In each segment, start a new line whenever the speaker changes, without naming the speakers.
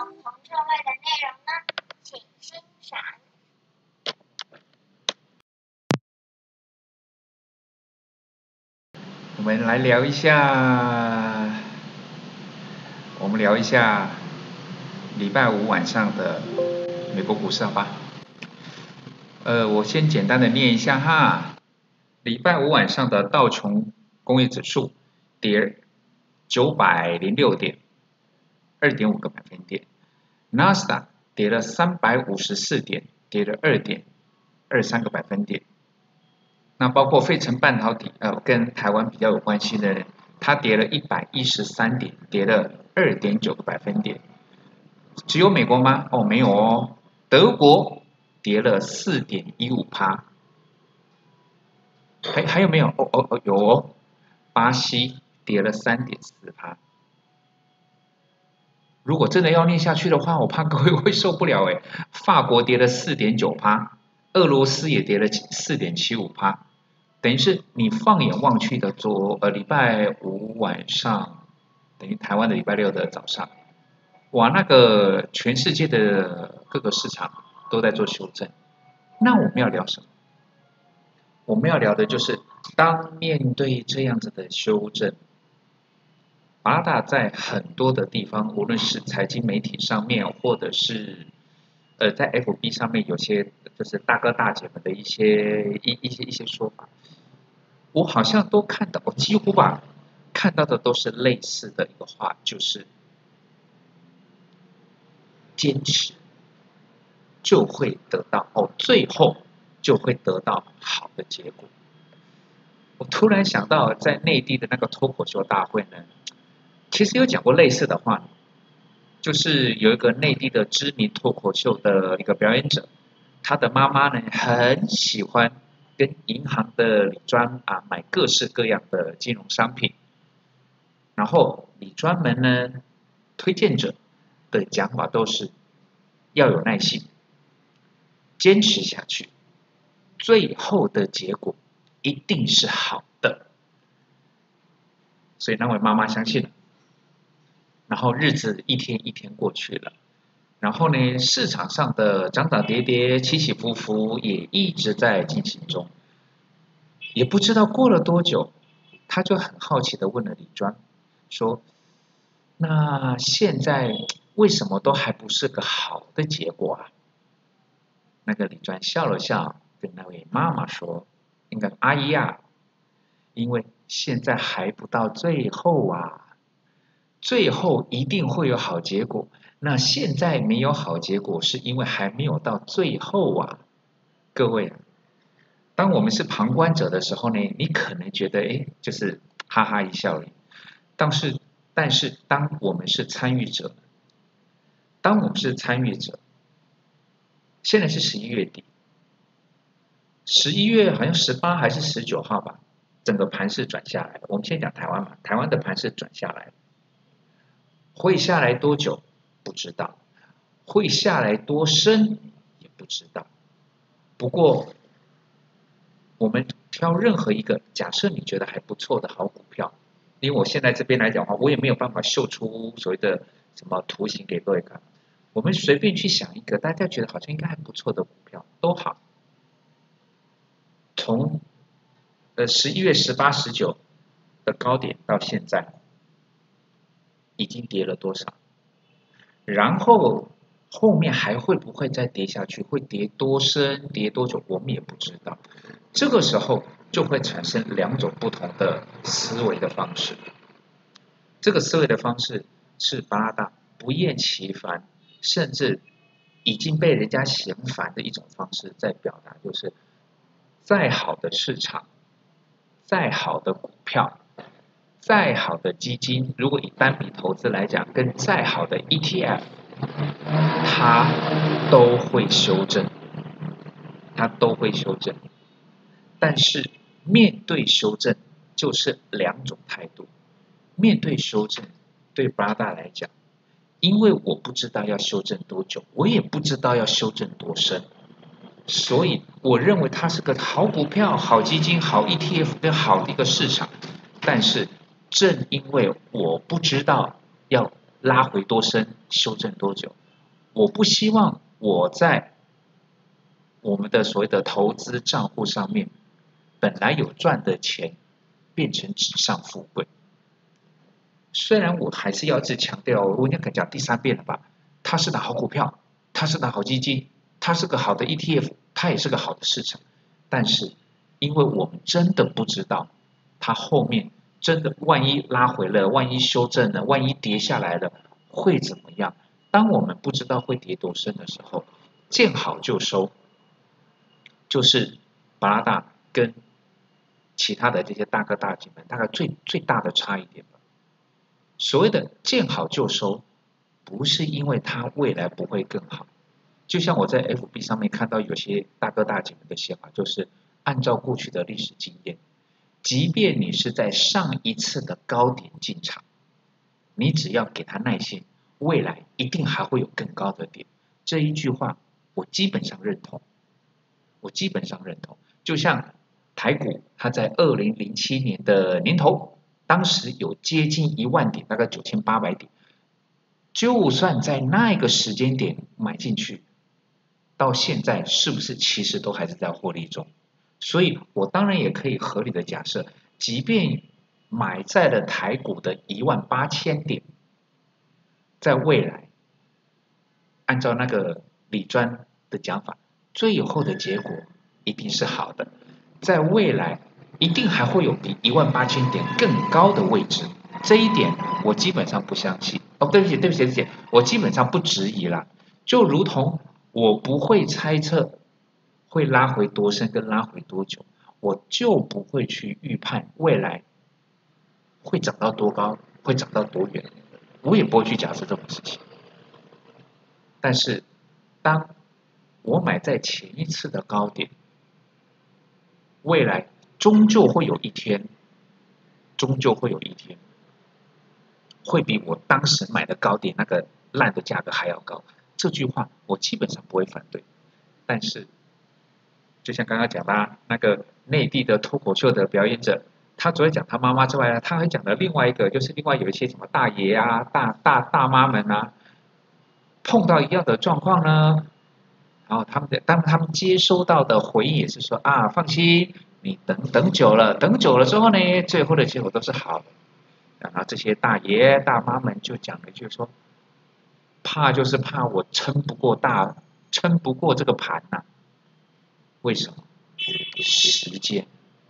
同社会的内容呢？请欣赏。
我们来聊一下，礼拜五晚上的美国股市，好吧？我先简单的念一下哈。礼拜五晚上的道琼工业指数跌906点，2.5个百分点。纳斯达克跌了354点，跌了2.23个百分点。那包括费城半导体，跟台湾比较有关系的人，它跌了113点，跌了2.9个百分点。只有美国吗？哦，没有哦，德国跌了4.15%。还有没有？有哦，巴西跌了3.4%。如果真的要念下去的话，我怕各位会受不了哎。法国跌了4.9%，俄罗斯也跌了4.75%。等于是你放眼望去的礼拜五晚上，等于台湾的礼拜六的早上，哇，那个全世界的各个市场都在做修正。那我们要聊什么？我们要聊的就是，当面对这样子的修正，八大在很多的地方，无论是财经媒体上面，或者是在 FB 上面，有些就是大哥大姐们的一些说法，我好像都看到，我几乎吧看到的都是类似的一个话，就是坚持就会得到最后就会得到好的结果。我突然想到，在内地的那个脱口秀大会呢，其实有讲过类似的话，就是有一个内地的知名脱口秀的一个表演者，他的妈妈呢很喜欢跟银行的理专买各式各样的金融商品，然后理专们呢推荐者的讲法都是要有耐心，坚持下去，最后的结果一定是好的。所以那位妈妈相信了，然后日子一天一天过去了，然后呢，市场上的涨涨跌跌、起起伏伏也一直在进行中。也不知道过了多久，他就很好奇的问了李专，说：“那现在为什么都还不是个好的结果啊？”那个李专笑了笑，跟那位妈妈说：“那个阿姨啊，因为现在还不到最后啊，最后一定会有好结果。那现在没有好结果，是因为还没有到最后啊。”各位，当我们是旁观者的时候呢，你可能觉得就是哈哈一笑而已。但是当我们是参与者，现在是11月底，11月好像18还是19号吧，整个盘势转下来了。我们先讲台湾嘛，台湾的盘势转下来了，会下来多久不知道，会下来多深也不知道。不过我们挑任何一个假设你觉得还不错的好股票，因为我现在这边来讲的话，我也没有办法秀出所谓的什么图形给各位看。我们随便去想一个大家觉得好像应该还不错的股票都好，从11月18、19的高点到现在，已经跌了多少？然后后面还会不会再跌下去？会跌多深？跌多久？我们也不知道。这个时候就会产生两种不同的思维的方式。这个思维的方式是八大不厌其烦，甚至已经被人家嫌烦的一种方式，在表达就是再好的市场，再好的股票，再好的基金，如果以单笔投资来讲，跟再好的 ETF， 它都会修正，但是面对修正就是两种态度。面对修正，对八大来讲，因为我不知道要修正多久，我也不知道要修正多深，所以我认为它是个好股票、好基金、好 ETF 跟好的一个市场。但是正因为我不知道要拉回多深，修正多久。我不希望我在我们的所谓的投资账户上面，本来有赚的钱变成纸上富贵。虽然我还是要一直强调，我应该讲第3遍了吧，它是个好股票，它是个好基金，它是个好的 ETF， 它也是个好的市场。但是因为我们真的不知道它后面真的万一拉回了，万一修正了，万一跌下来了会怎么样。当我们不知道会跌多深的时候，见好就收，就是巴拉大跟其他的这些大哥大姐们大概最大的差一点吧。所谓的见好就收，不是因为它未来不会更好。就像我在 FB 上面看到有些大哥大姐们的想法，就是按照过去的历史经验，即便你是在上一次的高点进场，你只要给他耐心，未来一定还会有更高的点。这一句话我基本上认同，就像台股，它在2007年的年头，当时有接近1万点，大概9800点，就算在那个时间点买进去，到现在是不是其实都还是在获利中？所以我当然也可以合理的假设，即便买在了台股的18000点，在未来，按照那个理专的讲法，最后的结果一定是好的，在未来一定还会有比18000点更高的位置，这一点我基本上不相信。哦，对不起，我基本上不质疑了。就如同我不会猜测会拉回多深跟拉回多久，我就不会去预判未来会涨到多高，会涨到多远，我也不会去假设这种事情。但是当我买在前一次的高点，未来终究会有一天会比我当时买的高点那个烂的价格还要高。这句话我基本上不会反对。但是就像刚刚讲的那个内地的脱口秀的表演者，他除了讲他妈妈之外呢，他还讲了另外一个，就是另外有一些什么大爷啊、大妈们啊，碰到一样的状况呢，然后当他们接收到的回应也是说啊，放心，你等久了之后呢，最后的结果都是好的。然后这些大爷大妈们就讲了一句说，怕就是怕我撑不过这个盘呐、为什么？时间。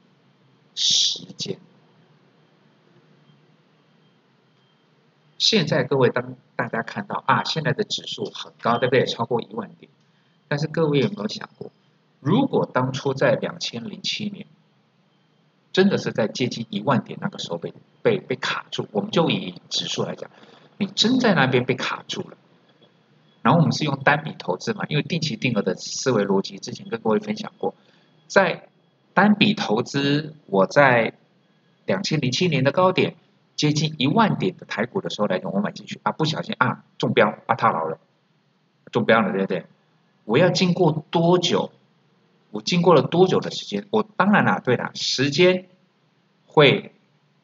现在各位当大家看到啊，现在的指数很高，对不对？超过1万点。但是各位有没有想过，如果当初在2007年，真的是在接近1万点那个时候被卡住，我们就以指数来讲，你真在那边被卡住了。然后我们是用单笔投资嘛，因为定期定额的思维逻辑之前跟各位分享过，在单笔投资，我在2007年的高点接近1万点的台股的时候来讲，我买进去啊，不小心啊中标啊套牢了，中标了，对不对？我要经过多久？我经过了多久的时间？我当然啦，对啦，时间会，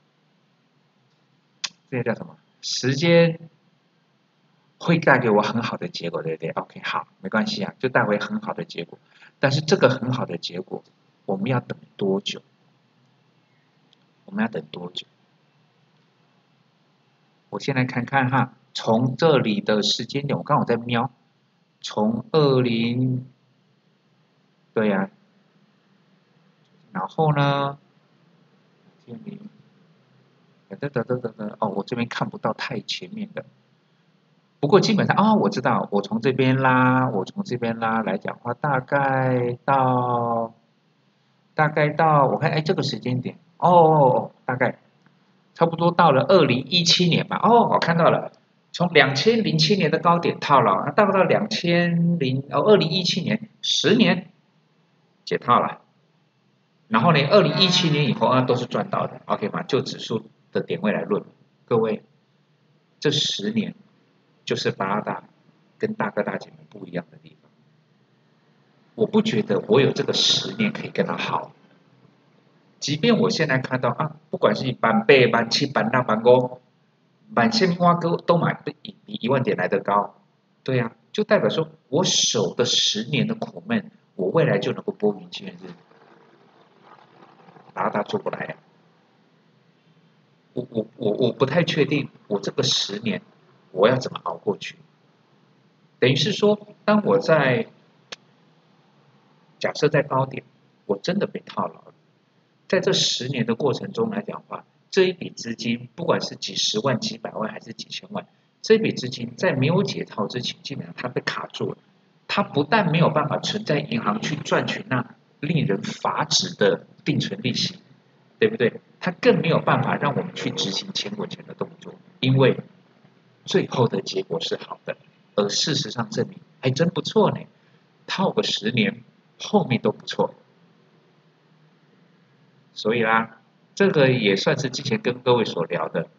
这个叫什么？时间会带给我很好的结果，对不对 ？OK， 好，没关系啊，就带回很好的结果。但是这个很好的结果，我们要等多久？我先来看看哈，从这里的时间点，我刚好在瞄，从对呀、然后呢，哦，我这边看不到太前面的。不过基本上我知道，我从这边拉来讲话，大概到我看，哎，这个时间点，大概差不多到了2017年吧。我看到了，从2007年的高点套牢，到2017年10年解套了。然后呢，2017年以后都是赚到的 ，OK 吗？就指数的点位来论，各位，这10年就是巴拉大跟大哥大姐们不一样的地方。我不觉得我有这个10年可以跟他好，即便我现在看到不管是班8、班7、班8、班9， 满线命花哥都买比10000点来得高，对啊，就代表说我守的10年的苦闷，我未来就能够拨云见日。巴拉达做不来呀、我不太确定，我这个10年我要怎么熬过去？等于是说，当我在假设在高点，我真的被套牢了，在这10年的过程中来讲的话，这一笔资金，不管是几十万、几百万还是几千万，这一笔资金在没有解套之前，基本上它被卡住了。它不但没有办法存在银行去赚取那令人发指的定存利息，对不对？它更没有办法让我们去执行钱滚钱的动作，因为最后的结果是好的，而事实上证明还真不错呢，套个10年，后面都不错。所以啦，这个也算是之前跟各位所聊的。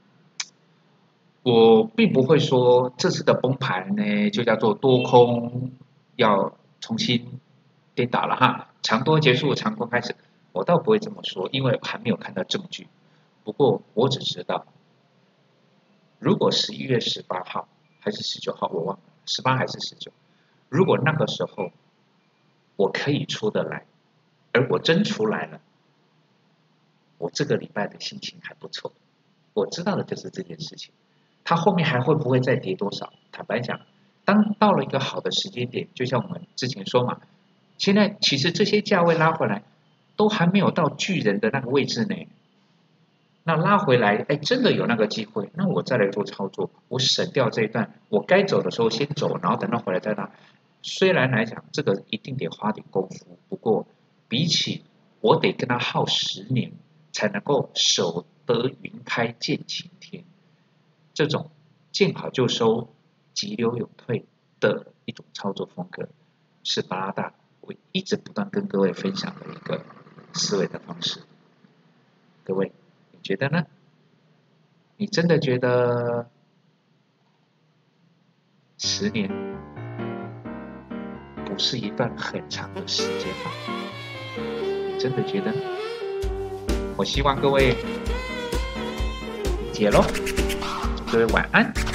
我并不会说这次的崩盘呢，就叫做多空要重新颠倒了哈，长多结束，长空开始。我倒不会这么说，因为还没有看到证据。不过我只知道，如果11月18号还是19号，我忘了，18还是19，如果那个时候我可以出得来，而我真出来了，我这个礼拜的心情还不错。我知道的就是这件事情。它后面还会不会再跌多少？坦白讲，当到了一个好的时间点，就像我们之前说嘛，现在其实这些价位拉回来，都还没有到巨人的那个位置呢。那拉回来，哎，真的有那个机会，那我再来做操作，我省掉这一段，我该走的时候先走，然后等到回来再拉。虽然来讲，这个一定得花点功夫，不过比起我得跟他耗10年才能够守得云开见晴天，这种见好就收、急流勇退的一种操作风格，是巴拉达我一直不断跟各位分享的一个思维的方式。各位，你觉得呢？你真的觉得10年不是一段很长的时间吗？你真的觉得呢？我希望各位理解咯，各位晚安。